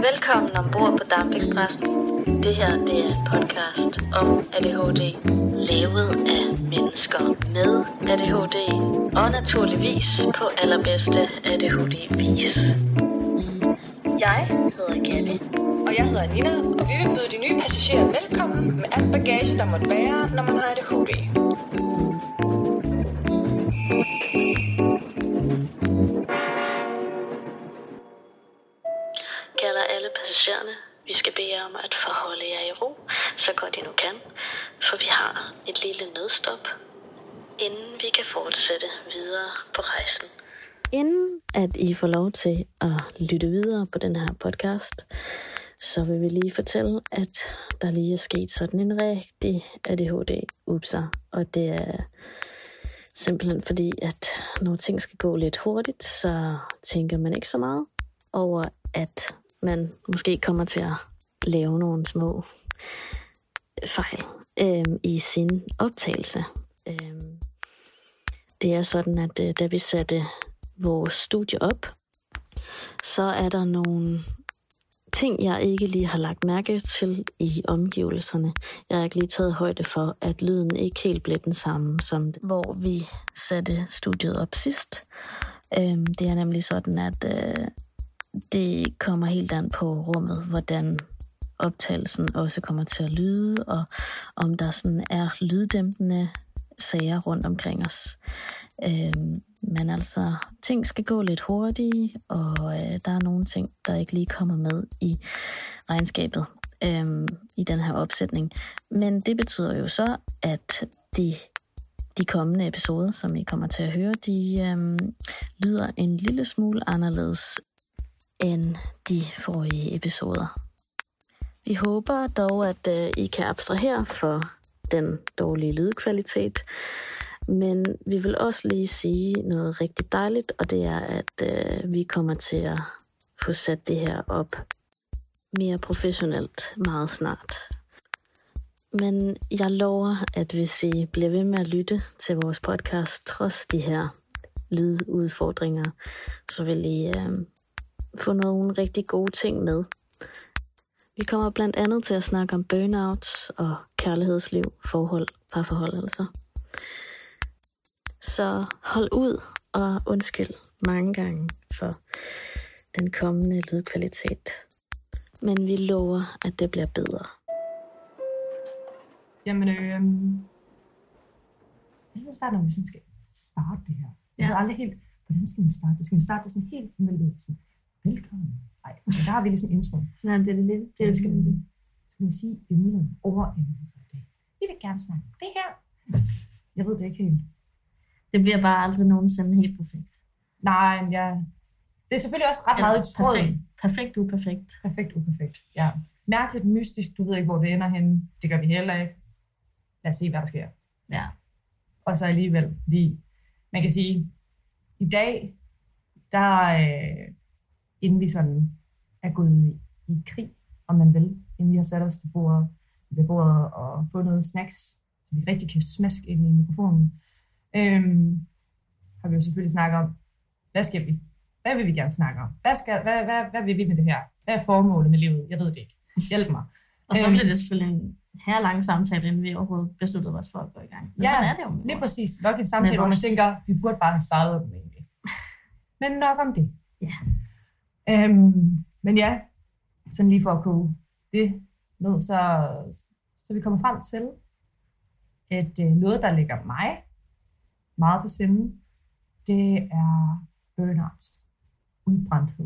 Velkommen ombord på Dampexpressen. Det her det er en podcast om ADHD, lavet af mennesker med ADHD, og naturligvis på allerbedste ADHD-vis. Jeg hedder Gabi. Og jeg hedder Nina, og vi vil byde de nye passagerer velkommen med alt bagage, der måtte bære, når man har ADHD. Kalder alle passagererne. Vi skal bede jer om at forholde jer i ro, så godt I nu kan, for vi har et lille nødstop, inden vi kan fortsætte videre på rejsen. Inden at I får lov til at lytte videre på den her podcast, så vil vi lige fortælle, at der lige er sket sådan en rigtig ADHD-upser. Og det er simpelthen fordi, at når ting skal gå lidt hurtigt, så tænker man ikke så meget over, at man måske kommer til at lave nogle små fejl i sin optagelse. Det er sådan, at da vi satte vores studie op, så er der nogle ting, jeg ikke lige har lagt mærke til i omgivelserne. Jeg har ikke lige taget højde for, at lyden ikke helt blev den samme, som hvor vi satte studiet op sidst. Det er nemlig sådan, at det kommer helt an på rummet, hvordan optagelsen også kommer til at lyde, og om der sådan er lyddæmpende sager rundt omkring os. Men altså, ting skal gå lidt hurtigt, og der er nogle ting, der ikke lige kommer med i regnskabet i den her opsætning. Men det betyder jo så, at de kommende episoder, som I kommer til at høre, de lyder en lille smule anderledes end de forrige episoder. Vi håber dog, at I kan abstrahere for den dårlige lydkvalitet, men vi vil også lige sige noget rigtig dejligt, og det er, at vi kommer til at få sat det her op mere professionelt meget snart. Men jeg lover, at hvis I bliver ved med at lytte til vores podcast, trods de her lydudfordringer, så vil I få nogle rigtig gode ting med. Vi kommer blandt andet til at snakke om burnouts og kærlighedsliv, forhold, parforhold altså. Så hold ud og undskyld mange gange for den kommende lydkvalitet. Men vi lover, at det bliver bedre. Jamen, det er så svært, når vi sådan skal starte det her. Jeg ved aldrig helt, hvordan skal vi starte det? Skal vi starte det sådan helt formelt? Velkommen. Nej, der har vi ligesom intro. Nej, det er det lidt. Det skal vi. Skal man sige emnet over emnet for i dag? Vi vil gerne snakke det her. Jeg ved det ikke helt. Det bliver bare aldrig nogensinde helt perfekt. Nej, men det er selvfølgelig også ret meget i tråden. Perfekt, uperfekt. Perfekt, uperfekt, ja. Mærkeligt, mystisk, du ved ikke, hvor det ender henne. Det gør vi heller ikke. Lad os se, hvad der sker. Ja. Og så alligevel, fordi man kan sige, i dag, der inden vi sådan er gået i krig, om man vil, inden vi har sat os ved bordet og fået noget snacks, så vi rigtig kan smaske ind i mikrofonen, har vi jo selvfølgelig snakket om, hvad skal vi? Hvad vil vi gerne snakke om? Hvad vil vi med det her? Hvad er formålet med livet? Jeg ved det ikke. Hjælp mig. Og så bliver det selvfølgelig en herlang samtale, inden vi overhovedet besluttede os for at gå i gang. Men sådan er det jo. Lige præcis. Nok en samtale, hvor man tænker, vi burde bare have startet dem egentlig. Men nok om det. Ja. Men ja, sådan lige for at koge det ned, så vi kommer frem til, at noget, der ligger mig meget på sinde, det er burnout, udbrændthed.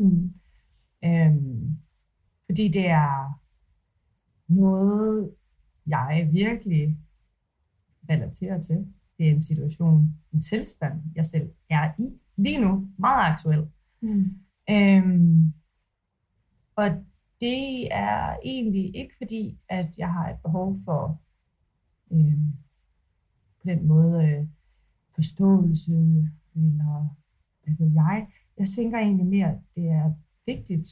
Fordi det er noget, jeg virkelig relaterer til. Det er en situation, en tilstand, jeg selv er i lige nu, meget aktuel. Og det er egentlig ikke fordi, at jeg har et behov for på den måde forståelse, eller hvad ved jeg. Jeg tænker egentlig mere, at det er vigtigt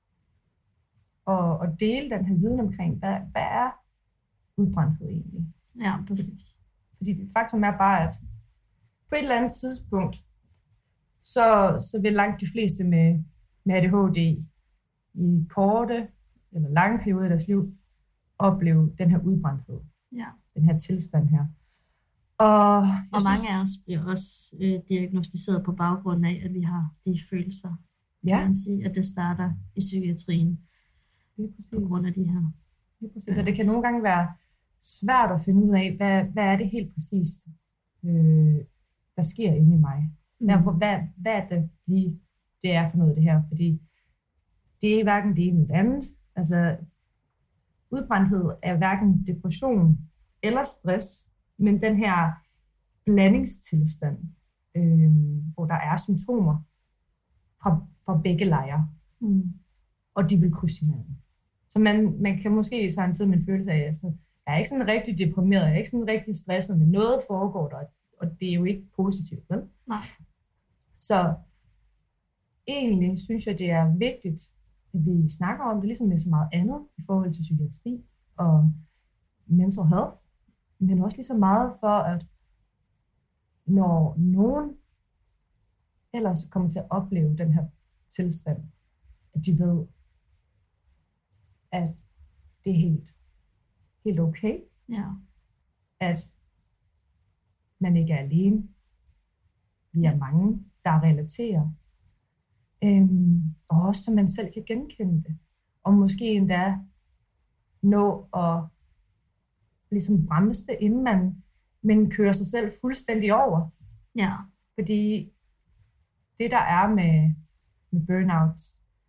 at dele den her viden omkring, hvad er udbrændthed egentlig? Ja, præcis. Fordi faktum er bare, at på et eller andet tidspunkt, så vil langt de fleste med ADHD i korte eller lange perioder i deres liv opleve den her udbrændthed. Ja. Den her tilstand her. Og mange af os bliver også diagnostiseret på baggrund af, at vi har de følelser. Kan man sige, at det starter i psykiatrien. På grund af de her. Det er præcis. Og det kan nogle gange være svært at finde ud af, hvad er det helt præcist, der sker inde i mig. Hvad er det lige, det er for noget det her? Fordi det er hverken det ene eller det andet. Altså, udbrændthed er hverken depression eller stress, men den her blandingstilstand, hvor der er symptomer fra begge lejre. Og de vil krydse hinanden. Så man kan måske samtidig med en følelse af, altså, jeg er ikke sådan rigtig deprimeret, jeg er ikke sådan rigtig stresset, men noget foregår der, og det er jo ikke positivt, vel? Nej. Så egentlig synes jeg, det er vigtigt, at vi snakker om det, ligesom med så meget andet i forhold til psykiatri og mental health, men også lige så meget for, at når nogen ellers kommer til at opleve den her tilstand, at de ved, at det er helt okay. Ja. At man ikke er alene. Vi er mange, der relaterer. Og også så man selv kan genkende det. Og måske endda nå at ligesom bremse det, inden man kører sig selv fuldstændig over. Ja. Fordi det, der er med burnout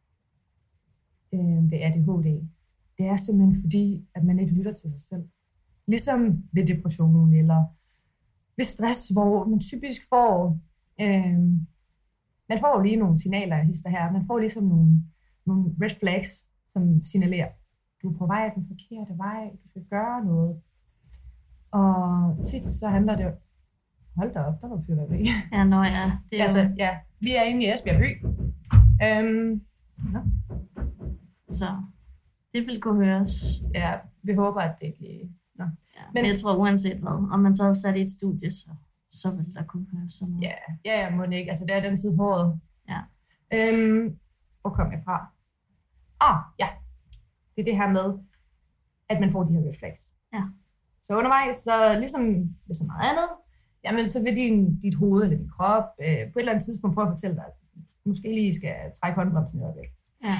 ved ADHD, det er simpelthen fordi, at man ikke lytter til sig selv. Ligesom ved depression eller ved stress, hvor man typisk får, man får jo lige nogle signaler af hister her, man får ligesom nogle red flags, som signalerer, du er på vej af den forkerte vej, du skal gøre noget. Og tit så handler det, hold da op, der var fyrværkeri. Ja, nå ja. Det er altså, ja, vi er inde i Esbjerg by. Så det vil kunne høres. Ja, vi håber, at det ikke... Nå. Ja, men jeg tror uanset hvad, om man så har sat i et studie, så vil der kunne høres sådan noget. Ja, må ikke. Altså, det er den tid på året. Ja. Hvor kom jeg fra? Ja. Det er det her med, at man får de her refleks. Ja. Så undervejs, så ligesom med så meget andet, jamen så vil dit hoved eller din krop på et eller andet tidspunkt prøve at fortælle dig, at du måske lige skal trække håndbremsen i øjeblik. Ja.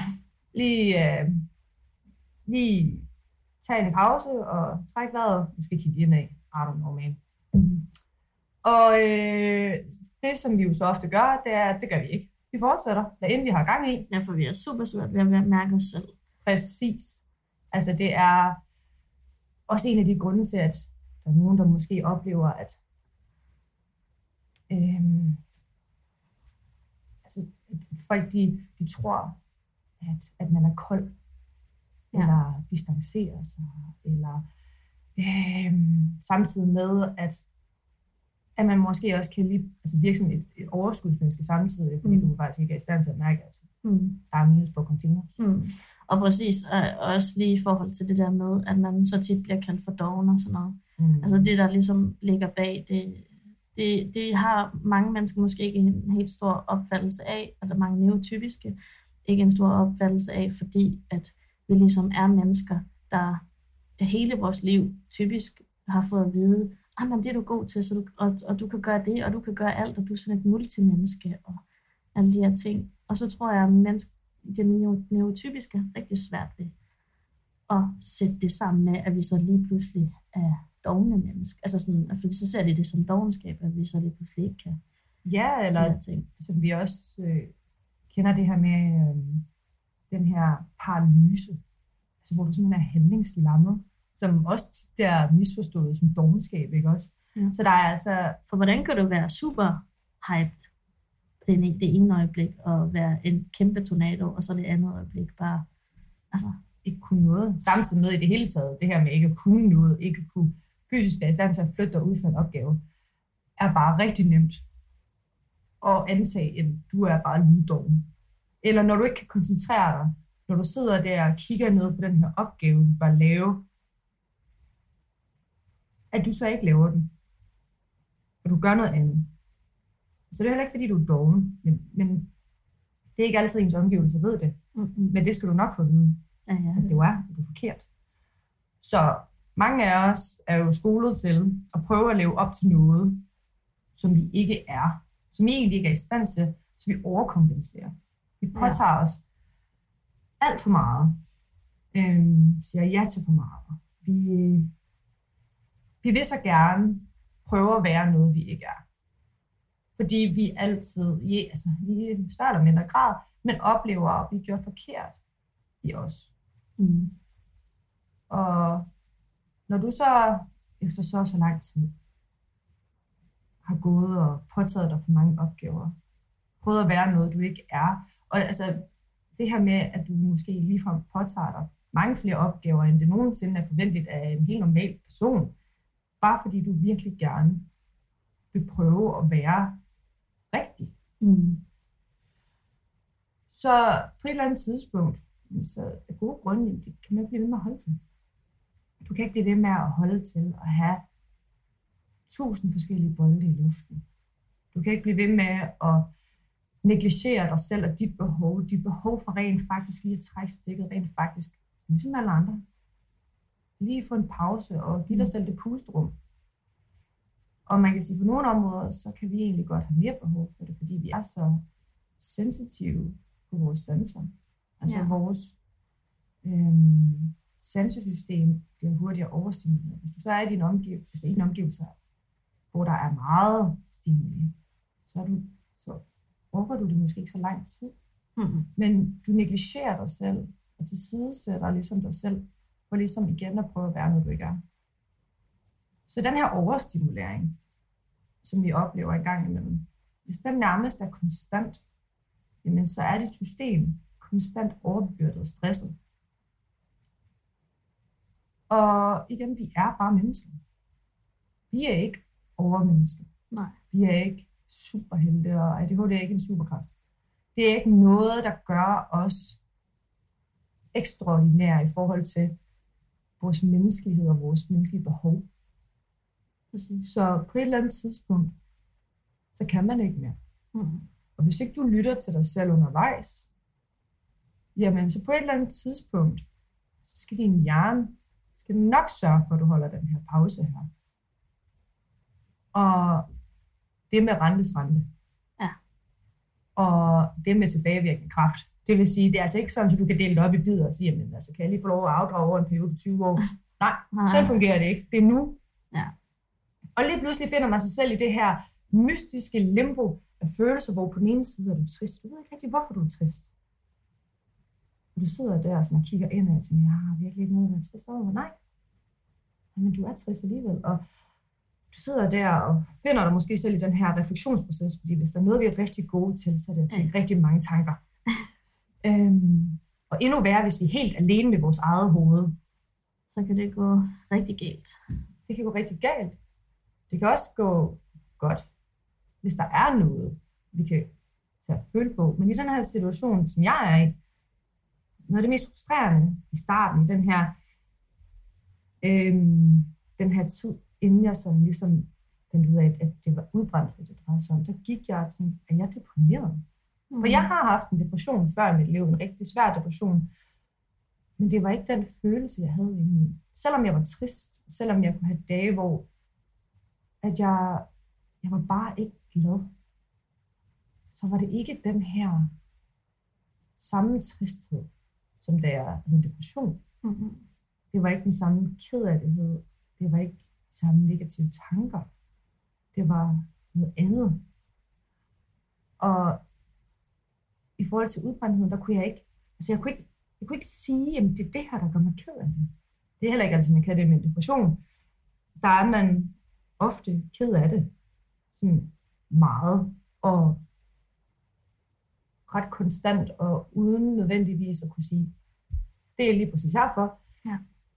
Lige tage en pause og trække vejret. Du skal kigge indad. I don't know, man. Og det, som vi jo så ofte gør, det er, at det gør vi ikke. Vi fortsætter, hvad end vi har gang i. Ja, for vi er super svært ved at mærke os selv. Præcis. Altså det er også en af de grunde til, at der er nogen, der måske oplever, at folk de tror, at man er kold, eller distancerer sig, eller samtidig med, at man måske også kan virke som et overskudsmenneske samtidig, fordi du faktisk ikke er i stand til at mærke, at der er minus på kontinuus. Og præcis, også lige i forhold til det der med, at man så tit bliver kaldt for doven og sådan noget. Altså det, der ligesom ligger bag, det har mange mennesker måske ikke en helt stor opfattelse af, altså mange neurotypiske, ikke en stor opfattelse af, fordi at vi ligesom er mennesker, der hele vores liv typisk har fået at vide, men det er du god til, så og du kan gøre det, og du kan gøre alt, og du er sådan et multimenneske, og alle de her ting. Og så tror jeg, at det neurotypiske er rigtig svært ved at sætte det sammen med, at vi så lige pludselig er dovne mennesker. Altså sådan, fordi så ser de det som dovenskab, at vi så lige pludselig ikke kan. Ja, eller ting, som vi også kender det her med den her paralyse, altså hvor du simpelthen er handlingslammet, som også bliver misforstået som dovenskab, ikke også? Ja. Så der er altså... For hvordan kan du være super hyped det ene øjeblik, og være en kæmpe tornado, og så det andet øjeblik bare... Altså, ikke kunne noget. Samtidig med i det hele taget, det her med ikke at kunne noget, ikke kunne fysisk være i stand til at flytte og udføre en opgave, er bare rigtig nemt at antage, at du er bare lyddoven. Eller når du ikke kan koncentrere dig, når du sidder der og kigger ned på den her opgave, du bør lave, at du så ikke laver den. Og du gør noget andet. Så det er heller ikke, fordi du er doven, men Det er ikke altid ens omgivelser ved det, men det skal du nok få at vide, at det er forkert. Så mange af os er jo skolet til at prøve at leve op til noget, som vi ikke er, som vi egentlig ikke er i stand til, så vi overkompenserer. Vi påtager os alt for meget, siger ja til for meget. Vi vil så gerne prøve at være noget, vi ikke er. Fordi vi altid, i større eller mindre grad, men oplever at blive gjort forkert i os. Og når du så efter så lang tid har gået og påtaget dig for mange opgaver, prøvet at være noget, du ikke er, og altså det her med, at du måske ligefrem påtager dig mange flere opgaver, end det nogensinde er forventeligt af en helt normal person, bare fordi du virkelig gerne vil prøve at være rigtig. Så på et eller andet tidspunkt, så af gode grunde, det kan man ikke blive ved med at holde til. Du kan ikke blive ved med at holde til at have 1000 forskellige bolde i luften. Du kan ikke blive ved med at negligere dig selv og dit behov for rent faktisk lige at trække stikket, rent faktisk, ligesom alle andre. Lige få en pause og give dig selv det pusterum. Og man kan sige, at på nogle områder, så kan vi egentlig godt have mere behov for det, fordi vi er så sensitive på vores sanser. Altså vores sansesystem bliver hurtigere overstimuleret. Hvis du så er i en omgivelse, hvor der er meget stimuli, så overgår du det måske ikke så lang tid. Men du negligerer dig selv, og tilsidesætter ligesom dig selv, for ligesom igen at prøve at være noget, du ikke er. Så den her overstimulering, som vi oplever en gang imellem, hvis den nærmest er konstant, jamen så er dit system konstant overbebyrdet og stresset. Og igen, vi er bare mennesker. Vi er ikke overmennesker. Nej. Vi er ikke superhelte, og ADHD er ikke en superkraft. Det er ikke noget, der gør os ekstraordinære i forhold til vores menneskelighed og vores menneskelige behov. Så på et eller andet tidspunkt, så kan man ikke mere. Og hvis ikke du lytter til dig selv undervejs, jamen så på et eller andet tidspunkt, så skal din hjerne nok sørge for, at du holder den her pause her. Og det med rentes rente. Ja. Og det med tilbagevirkende kraft. Det vil sige, det er altså ikke sådan, at du kan dele det op i bidder og sige, jamen altså, kan jeg lige få lov at afdrage over en periode på 20 år? Nej, sådan fungerer det ikke. Det er nu. Ja. Og lige pludselig finder man sig selv i det her mystiske limbo af følelser, hvor på den ene side er du trist. Du ved ikke rigtig, hvorfor du er trist. Og du sidder der sådan og kigger ind og tænker, jeg har virkelig ikke noget at være trist over. Nej. Men du er trist alligevel. Og du sidder der og finder dig måske selv i den her refleksionsproces, fordi hvis der er noget, vi er rigtig gode til, så er det at tænke rigtig mange tanker. Og endnu værre, hvis vi er helt alene med vores eget hoved, så kan det gå rigtig galt. Det kan gå rigtig galt. Det kan også gå godt, hvis der er noget, vi kan tage at føle på. Men i den her situation, som jeg er i, noget af det mest frustrerende i starten, i den her tid, inden jeg sådan ligesom fandt ud af, at det var udbrændt, det drejede sig om, der gik jeg og tænkte, er jeg deprimeret? For jeg har haft en depression før i mit liv, en rigtig svær depression, men det var ikke den følelse, jeg havde inde i. Selvom jeg var trist, selvom jeg kunne have dage, hvor at jeg var bare ikke glad, så var det ikke den her samme tristhed, som da jeg havde en depression. Det var ikke den samme kederlighed. Det var ikke de samme negative tanker. Det var noget andet. Og i forhold til udbrændtheden, der kunne jeg ikke, altså jeg kunne ikke sige, at det er det her, der gør mig ked af det. Det er heller ikke altid, man kan det med en depression. Der er man ofte ked af det. Sådan meget. Og ret konstant, og uden nødvendigvis at kunne sige, det er lige præcis herfor. Ja.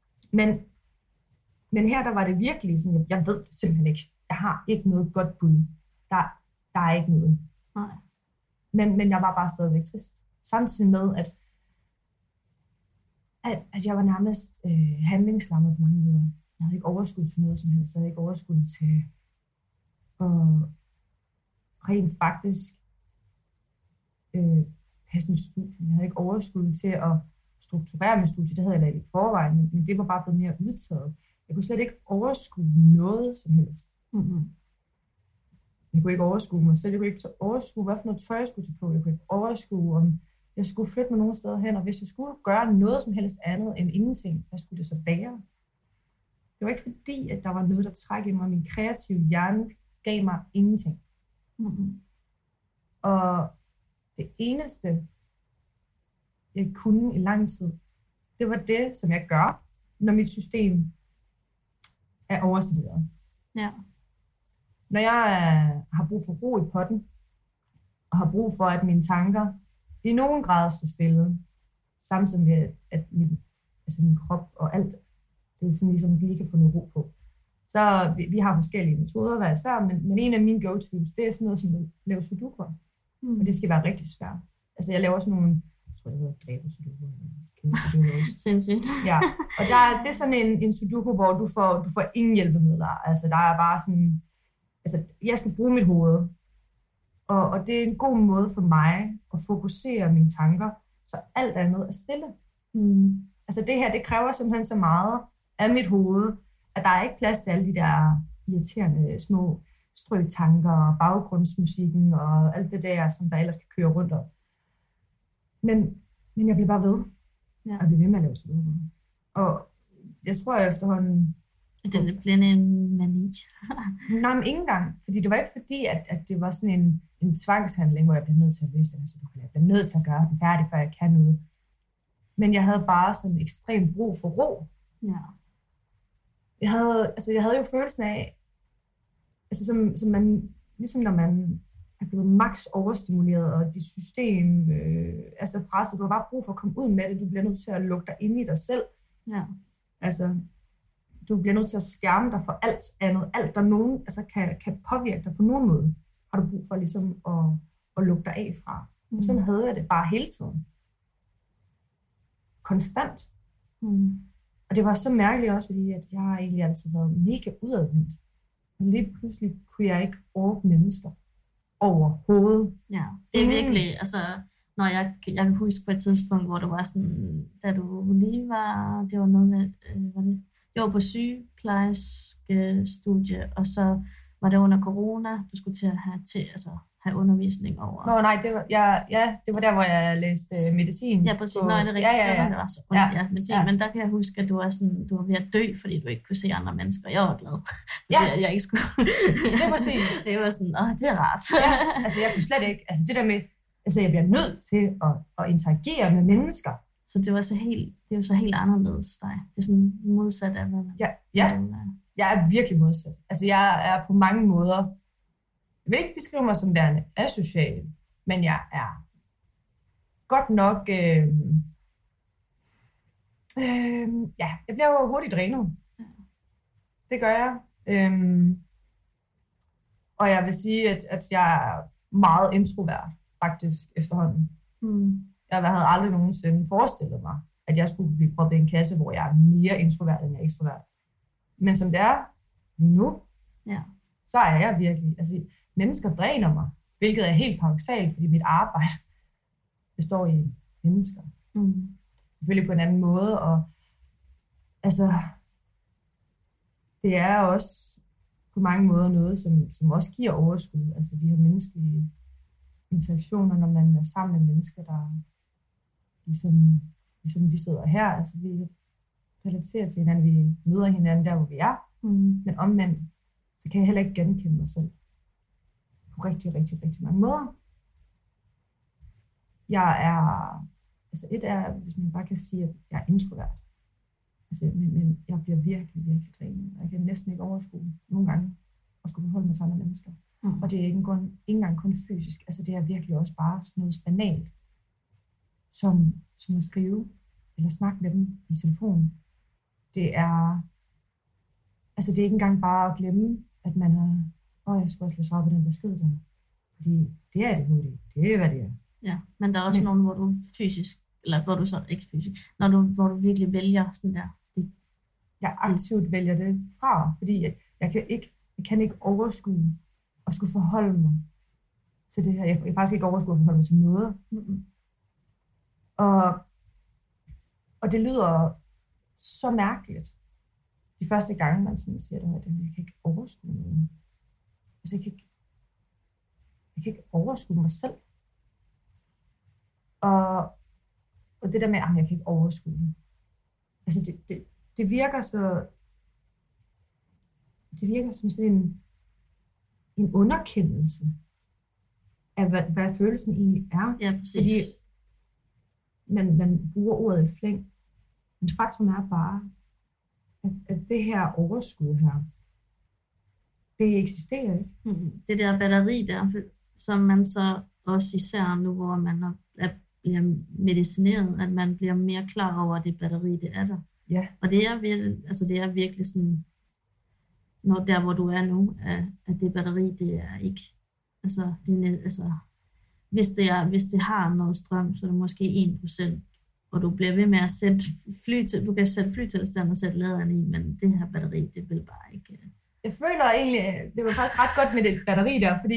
Men her, der var det virkelig sådan, at jeg ved det simpelthen ikke. Jeg har ikke noget godt bud. Der er ikke noget. Nej. Men jeg var bare stadigvæk trist. Samtidig med, at jeg var nærmest handlingslammet på mange måder. Jeg havde ikke overskud til noget som helst. Jeg havde ikke overskud til at rent faktisk have sådan et studie. Jeg havde ikke overskud til at strukturere mit studie. Det havde jeg lavet i forvejen, men det var bare blevet mere udtaget. Jeg kunne slet ikke overskue noget som helst. Mm-hmm. Jeg kunne ikke overskue mig selv. Jeg kunne ikke overskue, hvad for noget tøj jeg skulle tage på. Jeg kunne ikke overskue, om jeg skulle flytte mig nogle steder hen. Og hvis jeg skulle gøre noget som helst andet end ingenting, hvad skulle det så være? Det var ikke fordi, at der var noget, der træk i mig. Min kreative hjerne gav mig ingenting. Mm-hmm. Og det eneste, jeg kunne i lang tid, det var det, som jeg gør, når mit system er overstimuleret. Ja. Når jeg har brug for ro i potten, og har brug for, at mine tanker i nogen grad står stille, samtidig med, at min krop og alt, det er sådan ligesom, vi lige kan få noget ro på. Så vi har forskellige metoder hver især, men en af mine go-tos, det er sådan noget, som at lave sudoku. Og det skal være rigtig svært. Altså jeg laver sådan nogle, jeg tror det hedder dræber-sudoku. Sindssygt. Ja, og det er sådan en sudoku, hvor du får ingen hjælpemidler. Altså der er bare sådan, altså jeg skal bruge mit hoved. Og det er en god måde for mig at fokusere mine tanker, så alt andet er stille. Altså det her, det kræver simpelthen så meget af mit hoved, at der er ikke plads til alle de der irriterende små strøtanker og baggrundsmusikken og alt det der, som der ellers kan køre rundt om. Men jeg bliver bare ved. Ja. Jeg bliver ved med at lave sudoku. Og jeg tror efterhånden... Det bliver en mani. Nej, men ikke engang. Fordi det var ikke fordi, at det var sådan en tvangshandling, hvor jeg blev nødt til at læse den her sudoku. Jeg blev nødt til at gøre den færdig, før jeg kan noget. Men jeg havde bare sådan ekstremt brug for ro. Ja. Jeg havde jo følelsen af, altså som man, ligesom når man er blevet max overstimuleret, og dit system altså presset, du har bare brug for at komme ud med det, du bliver nødt til at lukke dig ind i dig selv. Ja. Altså, du bliver nødt til at skærme dig for alt andet, alt der nogen altså kan påvirke dig på nogen måde, har du brug for ligesom at lukke dig af fra. Og sådan havde jeg det bare hele tiden. Konstant. Og det var så mærkeligt også, fordi at jeg har egentlig altid været mega udadvendt. Men lige pludselig kunne jeg ikke orke mennesker overhovedet. Ja, det er virkelig, altså, når jeg kan huske på et tidspunkt, hvor det var sådan, da du lige var, det var noget med, jeg var på sygeplejerskestudie, og så var det under corona, du skulle til at have undervisning over. Nå nej, det var der, hvor jeg læste medicin. Ja, præcis. Nå, er det rigtigt? Ja. Det var så medicin. Ja. Men der kan jeg huske, at du var ved at dø, fordi du ikke kunne se andre mennesker. Jeg var glad, fordi jeg ikke skulle. Det var præcis. Det var sådan, det er rart. Ja, altså jeg kunne slet ikke, altså det der med, altså jeg bliver nødt til at interagere med mennesker. Så det var så helt anderledes dig. Det er sådan modsat af, hvad jeg er virkelig modsat. Altså jeg er på mange måder, jeg vil ikke beskrive mig som værende asocial, men jeg er godt nok, jeg bliver jo hurtigt drænet. Det gør jeg. Og jeg vil sige, at jeg er meget introvert, faktisk, efterhånden. Jeg havde aldrig nogensinde forestillet mig, at jeg skulle blive proppet i en kasse, hvor jeg er mere introvert, end jeg er ekstrovert. Men som det er lige nu, så er jeg virkelig, altså mennesker dræner mig, hvilket er helt paradoksalt, fordi mit arbejde består i mennesker. Selvfølgelig på en anden måde, og altså, det er også på mange måder noget, som også giver overskud. Altså de her menneskelige interaktioner, når man er sammen med mennesker, der ligesom vi sidder her, altså vi relaterer til hinanden, vi møder hinanden der, hvor vi er, men omvendt, så kan jeg heller ikke genkende mig selv på rigtig, rigtig, rigtig mange måder. Jeg er, altså et er, hvis man bare kan sige, at jeg er introvert, altså, men jeg bliver virkelig, virkelig drænet. Jeg kan næsten ikke overskue nogle gange at skulle forholde mig til andre mennesker. Og det er ikke engang kun fysisk, altså det er virkelig også bare sådan noget banalt, som at skrive eller snakke med dem i telefonen. Det er ikke engang bare at glemme, at man er, jeg skulle også læse op på den besked der. Fordi det er det, det er hvad det er. Ja, men der er også nogen, hvor du fysisk, eller hvor du så ikke fysisk, hvor du virkelig vælger sådan der. Jeg aktivt vælger det fra, fordi jeg kan ikke overskue at skulle forholde mig til det her. Jeg kan faktisk ikke overskue at forholde mig til noget. Og det lyder så mærkeligt. De første gange, man sådan siger det, jeg kan ikke overskue noget. Altså, jeg kan ikke overskue mig selv. Og det der med, at jeg kan ikke overskue det. Altså, det virker så... Det virker som sådan en underkendelse af, hvad følelsen egentlig er. Ja, præcis. Fordi man bruger ordet i flæng. Men faktum er bare, at det her overskud her, det eksisterer ikke. Det der batteri der, som man så også især nu, hvor man bliver medicineret, at man bliver mere klar over, at det batteri, det er der. Ja. Og det er virkelig sådan, når der, hvor du er nu, at det batteri, det er ikke, hvis det har noget strøm, så er det måske 1%, og du bliver ved med at sætte du kan sætte flytilstand og sætte laderen i, men det her batteri, det vil bare ikke. Jeg føler egentlig, det var faktisk ret godt med det batteri der, fordi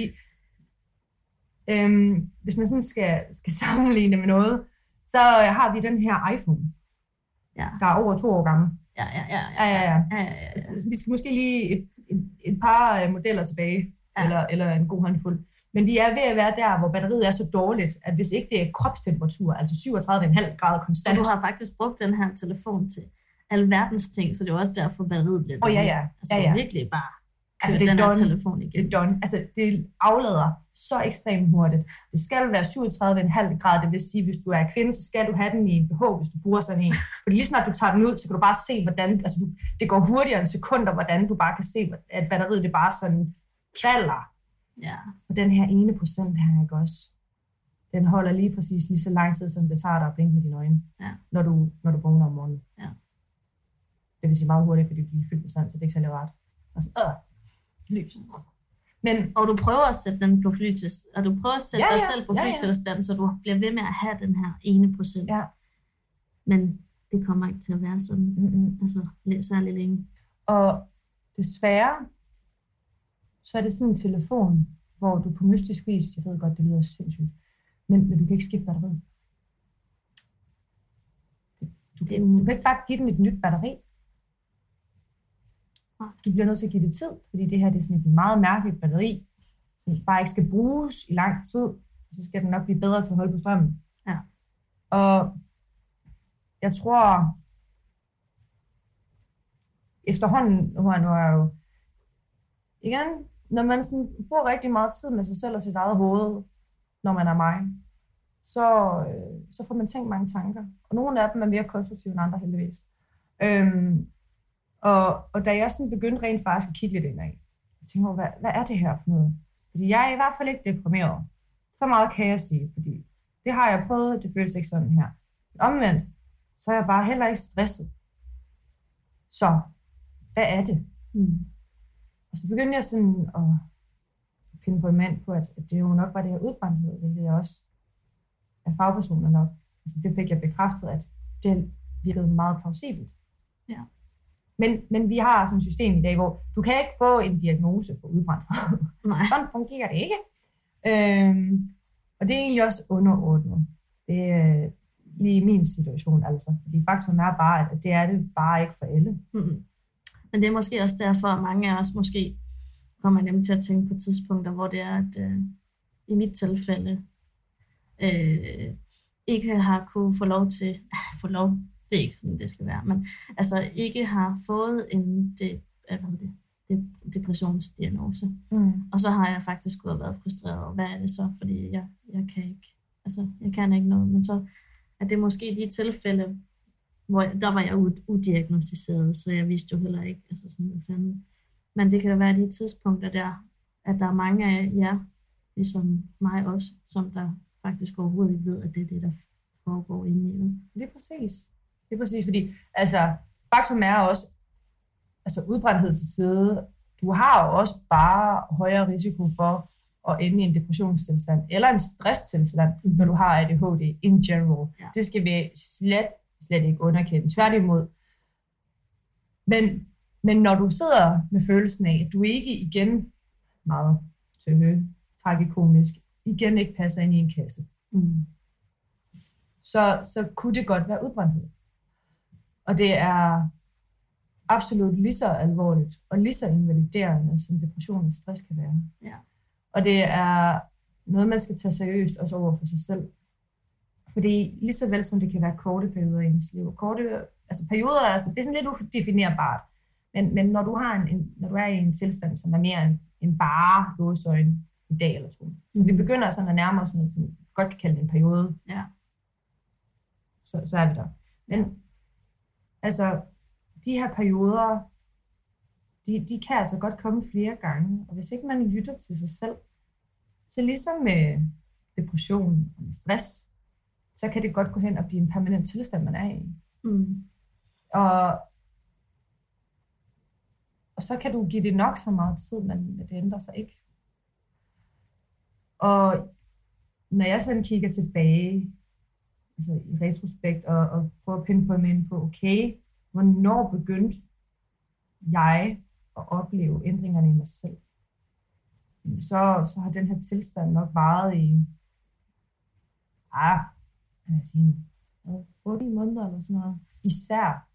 hvis man sådan skal sammenligne det med noget, så har vi den her iPhone, der er over 2 år gammel. Ja. Vi skal måske lige et par modeller tilbage, eller en god håndfuld. Men vi er ved at være der, hvor batteriet er så dårligt, at hvis ikke det er kropstemperatur, altså 37,5 grader konstant. Og du har faktisk brugt den her telefon til alverdens ting, så det er også derfor, batteriet bliver dårligt. Ja. Virkelig bare det den her telefon igen. Det er done. Altså, det aflader så ekstremt hurtigt. Det skal være 37,5 grader, det vil sige, hvis du er kvinde, så skal du have den i en BH, hvis du bruger sådan en. Fordi lige snart du tager den ud, så kan du bare se, hvordan, det går hurtigere end sekunder, hvordan du bare kan se, at batteriet det bare sådan falder. Ja. Og den her 1% her, ikke også? Den holder lige præcis lige så lang tid, som det tager dig at blinke med dine øjne, når du vågner om morgenen. Ja. Det vil sige meget hurtigt, fordi de er fyldt med sand, så det er ikke særlig rart. Og sådan, lys. Og du prøver at sætte den på flytilstand, og du prøver at sætte dig selv på flytilstand, så du bliver ved med at have den her 1%. Ja. Men det kommer ikke til at være sådan, særlig længe. Og desværre, så er det sådan en telefon, hvor du på mystisk vis, jeg ved godt, det lyder sindssygt, men du kan ikke skifte batteriet. Du kan ikke bare give den et nyt batteri. Du bliver nødt til at give det tid, fordi det her det er sådan et meget mærkeligt batteri, som bare ikke skal bruges i lang tid, så skal den nok blive bedre til at holde på strømmen. Ja. Og jeg tror, efterhånden, nu er jeg jo igen, når man sådan bruger rigtig meget tid med sig selv og sit eget hoved, når man er mig, så får man tænkt mange tanker. Og nogle af dem er mere konstruktive end andre, heldigvis. Og da jeg sådan begyndte rent faktisk at kigge lidt indad, jeg tænkte, hvad er det her for noget? Fordi jeg er i hvert fald ikke deprimeret. Så meget kan jeg sige, fordi det har jeg prøvet, det føles ikke sådan her. Men omvendt, så er jeg bare heller ikke stresset. Så, hvad er det? Og så begyndte jeg sådan at finde på en mand på, at det jo nok var det her udbrændthed, hvilket jeg også af fagpersoner nok. Altså det fik jeg bekræftet, at det virkede meget plausibelt. Ja. Men vi har sådan et system i dag, hvor du kan ikke få en diagnose for udbrændthed. Sådan fungerer det ikke. Og det er egentlig også underordnet. Det er lige i min situation, altså. Fordi faktum er bare, at det er det bare ikke for alle. Men det er måske også derfor, at mange af os måske kommer nemt til at tænke på tidspunkter, hvor det er, at i mit tilfælde ikke har kunne få lov til, det er ikke sådan, det skal være, men altså ikke har fået en depressionsdiagnose. Og så har jeg faktisk gået og været frustreret over, hvad er det så, fordi jeg kan ikke, jeg kan ikke noget, men så er det måske de tilfælde, hvor der var jeg udiagnostiseret, så jeg vidste jo heller ikke, sådan hvad fanden. Men det kan jo være de tidspunkter der, at der er mange af jer, ligesom mig også, som der faktisk overhovedet ikke ved, at det er det, der foregår inde i det. Det er præcis, fordi faktum er også, udbrændthed til side, du har jo også bare højere risiko for at ende i en depressionstilstand, eller en stresstilstand, når du har ADHD in general. Ja. Det skal vi slet ikke underkende. Tværtimod. Men når du sidder med følelsen af, at du ikke igen, meget tragikomisk, igen ikke passer ind i en kasse, så kunne det godt være udbrændthed. Og det er absolut lige så alvorligt og lige så invaliderende, som depression og stress kan være. Ja. Og det er noget, man skal tage seriøst også over for sig selv. Fordi lige så vel som det kan være korte perioder i ens liv. Perioder er sådan, det er sådan lidt udefinerbart. Men når du er i en tilstand, som er mere end bare gåseøjne en dag eller to. Vi begynder sådan at nærme os noget, som vi godt kan kalde en periode. Ja. Så er vi der. Men altså, de her perioder, de kan altså godt komme flere gange. Og hvis ikke man lytter til sig selv, så ligesom med depression og med stress, så kan det godt gå hen og blive en permanent tilstand, man er i. Og så kan du give det nok så meget tid, men det ændrer sig ikke. Og når jeg sådan kigger tilbage, altså i retrospekt, og prøver at pinpointe ind på, okay, hvornår begyndte jeg at opleve ændringerne i mig selv? Så har den her tilstand nok varet i 8 måneder eller sådan noget. Især.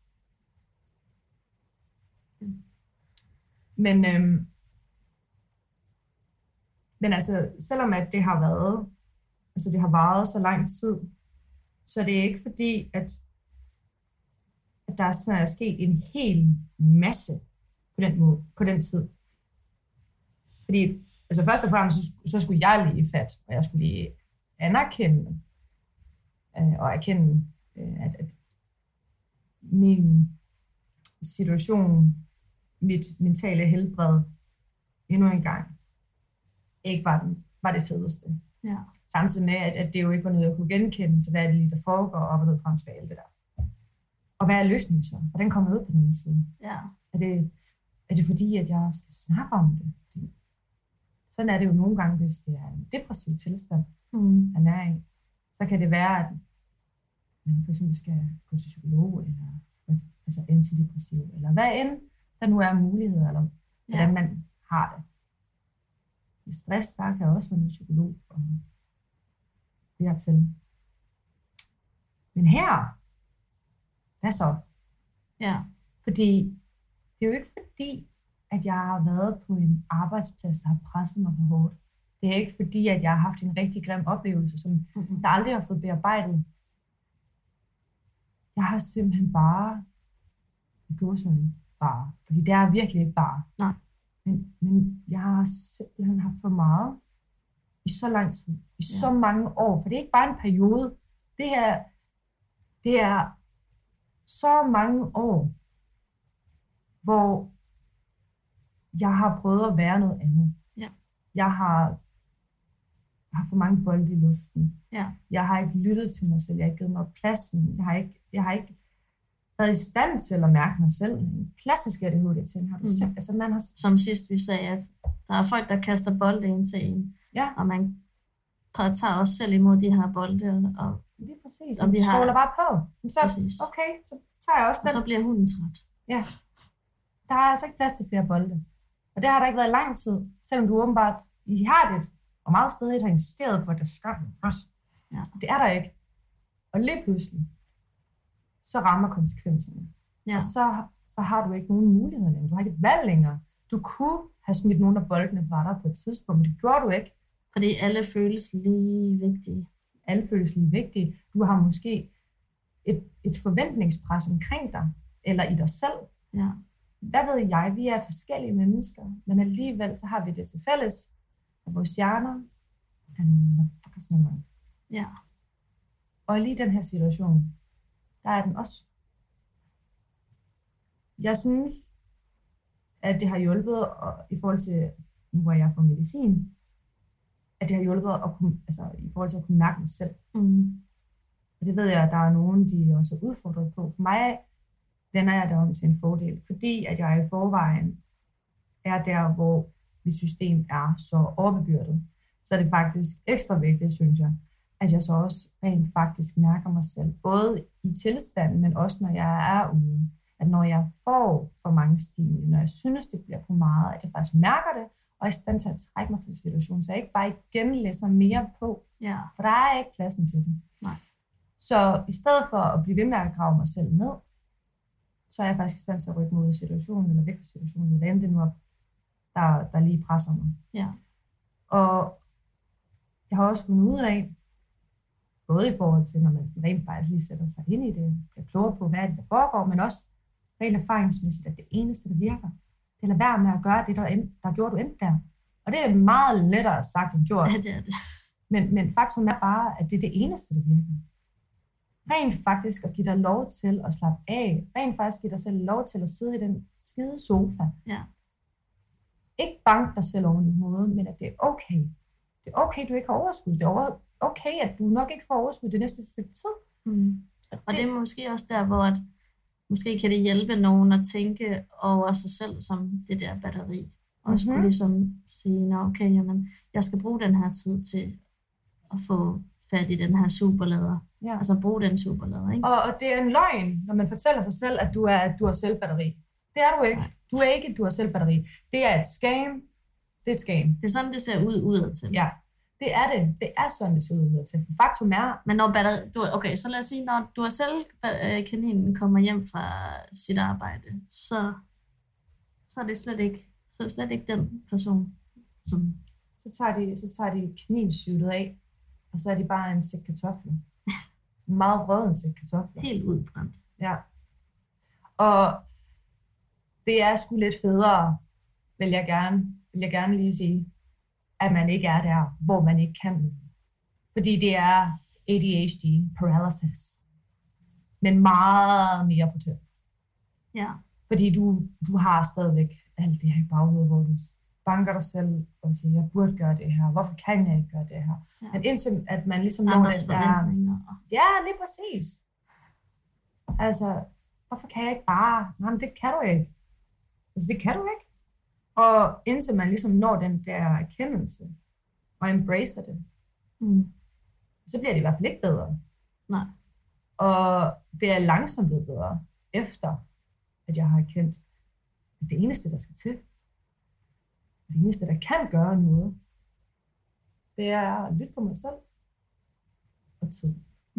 Men altså, selvom at det har været, altså det har varet så lang tid, så det er ikke fordi, at der er sådan sket en hel masse på den tid. Fordi, altså først og fremmest, så skulle jeg lige fat, og jeg skulle lige anerkende og erkende, at min situation, mit mentale helbred, endnu en gang, ikke var det fedeste. Ja. Samtidig med, at det jo ikke var noget, jeg kunne genkende, så hvad er det lige, der foregår op og ned frem tilbage, alt det der. Og hvad er løsningen så? Hvordan kommer jeg ud på den side? Ja. Er det fordi, at jeg skal snakke om det? Sådan er det jo nogle gange, hvis det er en depressiv tilstand, man er i. Så kan det være, at man for eksempel skal gå til psykolog, eller altså antidepressiv, eller hvad end der nu er muligheder, eller hvordan man har det. I stress, der kan også være en psykolog og dertil. Men her, hvad så? Ja. Fordi det er jo ikke fordi, at jeg har været på en arbejdsplads, der har presset mig for hårdt. Det er ikke fordi, at jeg har haft en rigtig grim oplevelse, som jeg aldrig har fået bearbejdet. Jeg har simpelthen bare fordi det er virkelig ikke bare. Nej. Men jeg har simpelthen haft for meget i så lang tid, i så mange år, for det er ikke bare en periode. Det er så mange år, hvor jeg har prøvet at være noget andet. Ja. Jeg har for mange bolde i luften. Ja. Jeg har ikke lyttet til mig selv. Jeg har ikke givet mig pladsen. Jeg har ikke været i stand til at mærke mig selv. En klassisk ADHD-ting har du selv. Altså, man har... Som sidst vi sagde, at der er folk, der kaster bolde ind til en. Ja. Og man tager også selv imod de her bolde. Og lige præcis. Og vi skåler bare på. Så, præcis. Okay, så tager jeg også den. Og så bliver hunden træt. Ja. Der er altså ikke plads til flere bolde. Og det har der ikke været i lang tid. Selvom du åbenbart ihærdigt og meget stedigt har insisteret på, at der skal også. Ja. Det er der ikke. Og lige pludselig, så rammer konsekvenserne. Ja. Og så har du ikke nogen muligheder længere. Du har ikke et valg længere. Du kunne have smidt nogle af boldene fra dig på et tidspunkt, men det gjorde du ikke. Fordi alle føles lige vigtige. Alle føles lige vigtige. Du har måske et forventningspres omkring dig, eller i dig selv. Ja. Hvad ved jeg? Vi er forskellige mennesker, men alligevel så har vi det til fælles, at vores hjerner er nogle gange. Ja. Og lige den her situation, der er den også. Jeg synes, at det har hjulpet, i forhold til, nu hvor jeg får medicin, at det har hjulpet at kunne, altså, i forhold til at kunne mærke mig selv. Og det ved jeg, at der er nogen, de også er udfordret på. For mig vender jeg det om til en fordel, fordi at jeg i forvejen er der, hvor mit system er så overbebyrdet. Så er det faktisk ekstra vigtigt, synes jeg, at jeg så også rent faktisk mærker mig selv, både i tilstanden, men også når jeg er ude. At når jeg får for mange stimuli, når jeg synes, det bliver for meget, at jeg faktisk mærker det, og er i stand til at trække mig fra situationen, så jeg ikke bare igen læser mere på, Ja. for der er ikke pladsen til det. Nej. Så i stedet for at blive ved med at grave mig selv ned, så er jeg faktisk i stand til at rykke mod situationen, eller væk fra situationen, eller end det nu op, der lige presser mig. Ja. Og jeg har også fundet ud af, både i forhold til, når man rent faktisk lige sætter sig ind i det, bliver klogere på, hvad er det, der foregår, men også rent erfaringsmæssigt, at det eneste, der virker, det er at lade være med at gøre det, der gjorde du endte der. Og det er meget lettere sagt end gjort. Ja, det er det. Men faktum er bare, at det er det eneste, der virker. Rent faktisk at give dig lov til at slappe af. Rent faktisk give dig selv lov til at sidde i den skide sofa. Ja. Ikke banke dig selv oven i hovedet, men at det er okay. Det er okay, du ikke har overskud. Det er okay, at du nok ikke får overskud det næste stykke tid. Mm. Og det er måske også der, hvor måske kan det hjælpe nogen at tænke over sig selv som det der batteri. Og skulle ligesom sige, okay, jamen, jeg skal bruge den her tid til at få fat i den her superlader. Ja. Altså bruge den superlader, ikke? Og det er en løgn, når man fortæller sig selv, at du har selvbatteri. Det er du ikke. Nej. Du er ikke, du har selvbatteri. Det er et scam. Det er et scam. Det er sådan, det ser ud udadtil. Ja, det er det. Det er sådan, det ser ud udadtil. For faktum er... Men når okay, så lad os sige, når du har selv kaninen kommer hjem fra sit arbejde, så er det slet ikke den person, som... Så tager de kaninsynet af, og så er de bare en sæk kartofler. En meget rødden sæk kartofler. Helt udbrændt. Ja. Og det er sgu lidt federe, vil jeg gerne lige sige, at man ikke er der, hvor man ikke kan. Fordi det er ADHD, paralysis. Men meget mere potent. Ja. Fordi du har stadigvæk alt det her i baghovedet, hvor du banker dig selv og siger, jeg burde gøre det her. Hvorfor kan jeg ikke gøre det her? Ja. Men indtil at man ligesom når det der... Ja, lige præcis. Altså, hvorfor kan jeg ikke bare? Nej, men det kan du ikke. Altså, det kan du ikke. Og indtil man ligesom når den der erkendelse og embracer det, så bliver det i hvert fald ikke bedre. Nej. Og det er langsomt blevet bedre, efter at jeg har erkendt, at det eneste, der skal til, det eneste, der kan gøre noget, det er at lytte på mig selv og tid.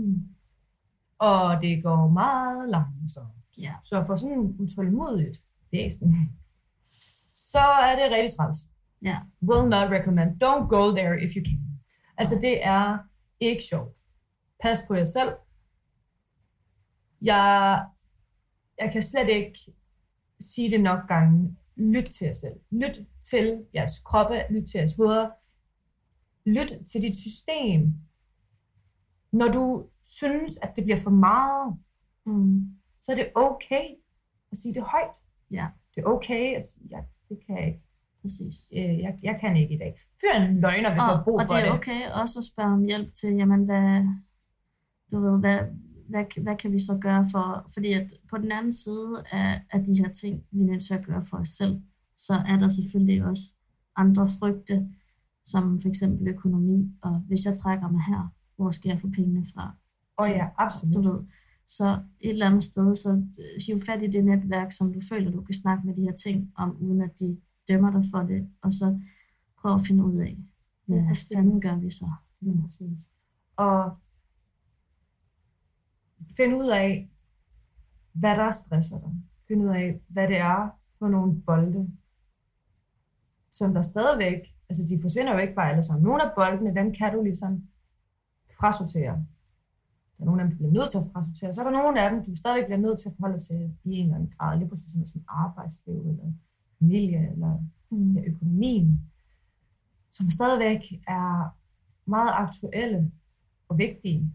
Og det går meget langsomt. Ja. Så for sådan en utålmodigt væsen, så er det rigtig træls. Ja. Will not recommend. Don't go there if you can. Altså, det er ikke sjovt. Pas på jer selv. Jeg kan slet ikke sige det nok gange. Lyt til jer selv. Lyt til jeres kroppe. Lyt til jeres hoveder. Lyt til dit system. Når du synes, at det bliver for meget, så er det okay at sige det højt. Ja. Det er okay at sige, ja, det kan jeg ikke. Præcis. Jeg kan ikke i dag. Fyr en løgner, hvis du har brug for det. Og det er okay også at spørge om hjælp til, jamen, hvad kan vi så gøre for... Fordi at på den anden side af de her ting, vi er nødt til at gøre for os selv, så er der selvfølgelig også andre frygte, som for eksempel økonomi. Og hvis jeg trækker mig her, hvor skal jeg få pengene fra? Ja, absolut. Du ved. Så et eller andet sted, så hiv fat i det netværk, som du føler, du kan snakke med de her ting om, uden at de dømmer dig for det, og så prøv at finde ud af, hvad fanden gør vi så? Og find ud af, hvad der stresser dig. Find ud af, hvad det er for nogle bolde, som der stadigvæk, altså de forsvinder jo ikke bare alle sammen. Nogle af boldene, dem kan du ligesom frasortere. Der er nogle af dem, du bliver nødt til at frasortere. Så er der nogle af dem, du stadigvæk bliver nødt til at forholde til i en eller anden grad. Lige præcis som arbejdsliv, eller familie, eller økonomien. Som stadigvæk er meget aktuelle og vigtige.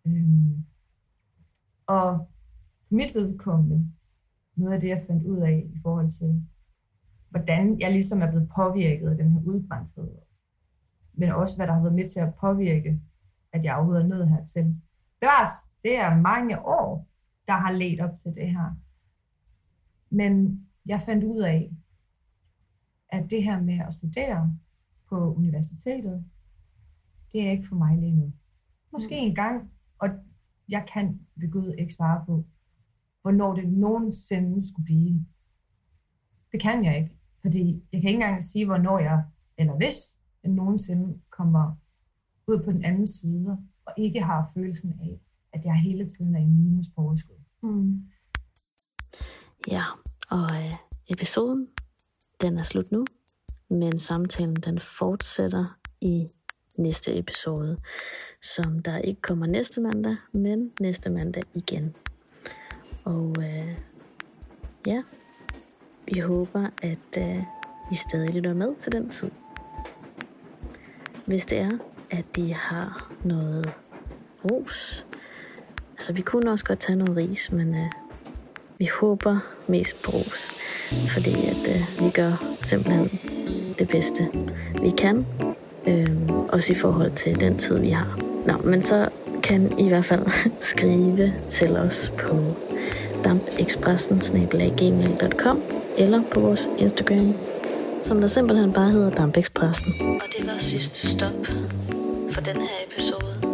Og for mit vedkommende, noget af det, jeg fandt ud af i forhold til, hvordan jeg ligesom er blevet påvirket af den her udbrændthed, men også hvad der har været med til at påvirke, at jeg overhovedet er nået hertil. Det er mange år, der har ledt op til det her. Men jeg fandt ud af, at det her med at studere på universitetet, det er ikke for mig lige nu. Måske en gang, og jeg kan ved Gud ikke svare på, hvornår det nogensinde skulle blive. Det kan jeg ikke, fordi jeg kan ikke engang sige, hvornår jeg, eller hvis jeg nogensinde kommer ud på den anden side, og ikke har følelsen af, at jeg hele tiden er i minus på overskud. Ja, og episoden, den er slut nu, men samtalen den fortsætter i næste episode, som der ikke kommer næste mandag, men næste mandag igen. Og ja, vi håber, at I stadig lytter med til den tid. Hvis det er, at I har noget ros, altså vi kunne også godt tage noget ris, men vi håber mest på ros, fordi at vi gør simpelthen det bedste, vi kan, også i forhold til den tid, vi har. Nå, men så kan I i hvert fald skrive til os på dampekspressen@gmail.com eller på vores Instagram, som der simpelthen bare hedder Dampekspressen. Og det var sidste stop for den her episode.